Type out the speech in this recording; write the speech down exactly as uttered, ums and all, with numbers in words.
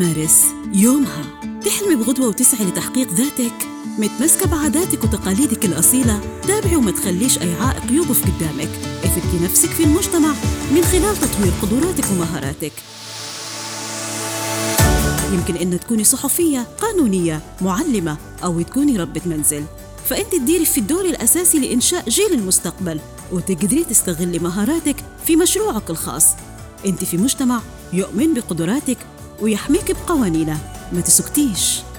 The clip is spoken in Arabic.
مارس يومها. تحلمي بغدوة وتسعي لتحقيق ذاتك؟ متمسكة بعاداتك وتقاليدك الأصيلة؟ تابعي وما تخليش أي عائق يوقف قدامك. اثبتي نفسك في المجتمع من خلال تطوير قدراتك ومهاراتك. يمكن إن تكوني صحفية، قانونية، معلمة، أو تكوني ربة منزل، فأنت تديري في الدور الأساسي لإنشاء جيل المستقبل، وتقدري تستغلي مهاراتك في مشروعك الخاص. أنت في مجتمع يؤمن بقدراتك ويحميك بقوانينه. ما تسكتيش.